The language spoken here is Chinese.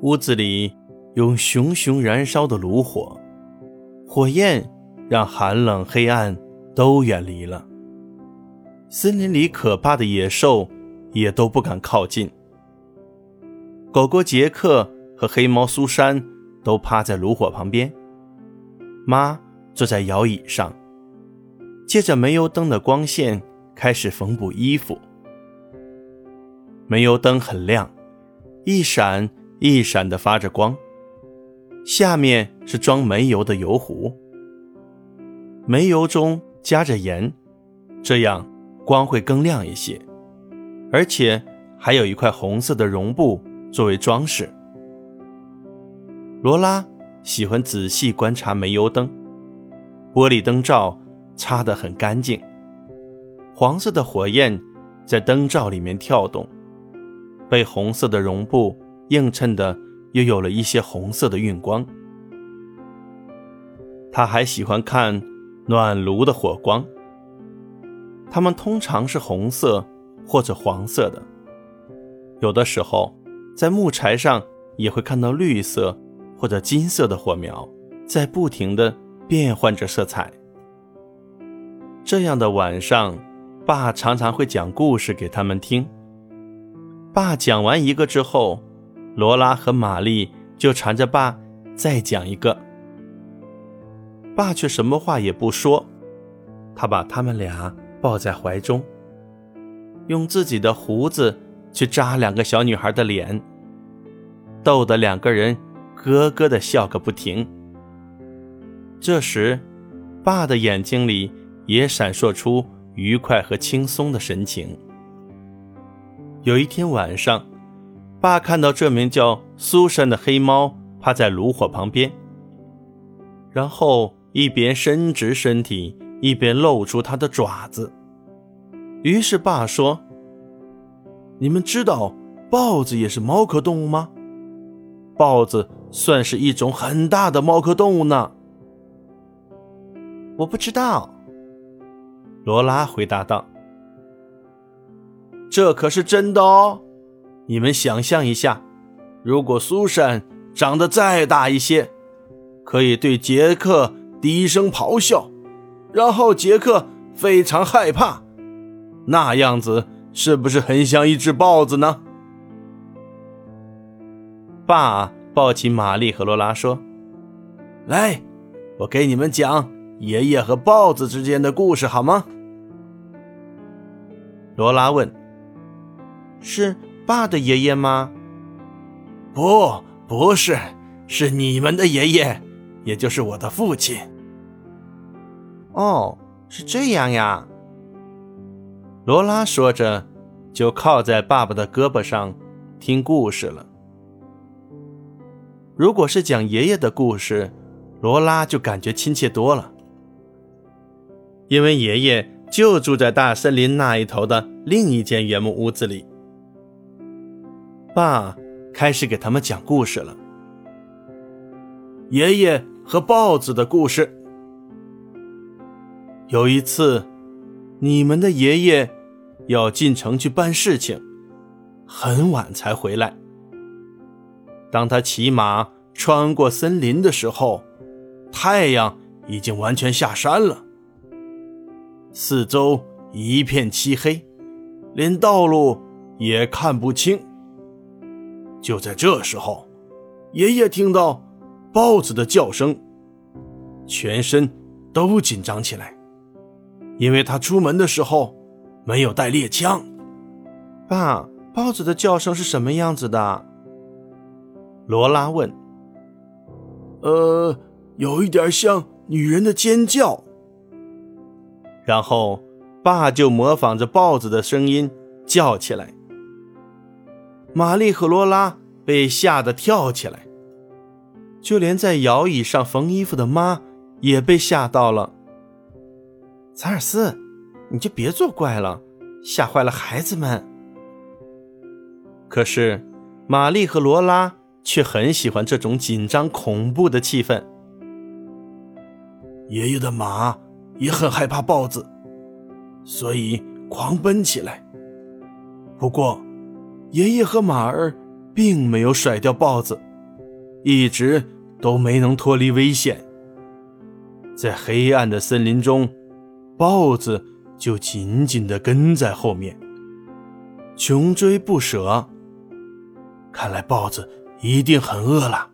屋子里有熊熊燃烧的炉火，火焰让寒冷黑暗都远离了。森林里可怕的野兽也都不敢靠近。狗狗杰克和黑猫苏珊都趴在炉火旁边，妈坐在摇椅上，借着煤油灯的光线开始缝补衣服。煤油灯很亮，一闪一闪地发着光，下面是装煤油的油壶，煤油中加着盐，这样光会更亮一些，而且还有一块红色的绒布作为装饰。罗拉喜欢仔细观察煤油灯，玻璃灯罩擦得很干净，黄色的火焰在灯罩里面跳动，被红色的绒布映衬的又有了一些红色的晕光。他还喜欢看暖炉的火光，它们通常是红色或者黄色的，有的时候在木柴上也会看到绿色或者金色的火苗在不停地变换着色彩。这样的晚上，爸常常会讲故事给他们听。爸讲完一个之后，罗拉和玛丽就缠着爸再讲一个。爸却什么话也不说，他把他们俩抱在怀中，用自己的胡子去扎两个小女孩的脸，逗得两个人咯咯地笑个不停。这时，爸的眼睛里也闪烁出愉快和轻松的神情。有一天晚上，爸看到这名叫苏珊的黑猫趴在炉火旁边，然后一边伸直身体，一边露出它的爪子。于是爸说：“你们知道豹子也是猫科动物吗？豹子算是一种很大的猫科动物呢。”“我不知道。”罗拉回答道。“这可是真的哦！你们想象一下，如果苏珊长得再大一些，可以对杰克低声咆哮，然后杰克非常害怕，那样子是不是很像一只豹子呢？”爸抱起玛丽和罗拉说：“来，我给你们讲爷爷和豹子之间的故事好吗？”罗拉问：“是爸的爷爷吗？”“不是，是你们的爷爷，也就是我的父亲。”“哦，是这样呀。”罗拉说着，就靠在爸爸的胳膊上听故事了。如果是讲爷爷的故事，罗拉就感觉亲切多了，因为爷爷就住在大森林那一头的另一间原木屋子里。爸开始给他们讲故事了。爷爷和豹子的故事。有一次，你们的爷爷要进城去办事情，很晚才回来。当他骑马穿过森林的时候，太阳已经完全下山了，四周一片漆黑，连道路也看不清。就在这时候，爷爷听到豹子的叫声，全身都紧张起来，因为他出门的时候没有带猎枪。“爸，豹子的叫声是什么样子的？”罗拉问。有一点像女人的尖叫。然后爸就模仿着豹子的声音叫起来。玛丽和罗拉被吓得跳起来，就连在摇椅上缝衣服的妈也被吓到了。“查尔斯，你就别作怪了，吓坏了孩子们。”可是玛丽和罗拉却很喜欢这种紧张恐怖的气氛。爷爷的马也很害怕豹子，所以狂奔起来。不过爷爷和马儿并没有甩掉豹子， 一直都没能脱离危险。在黑暗的森林中，豹子就紧紧地跟在后面，穷追不舍。看来豹子一定很饿了。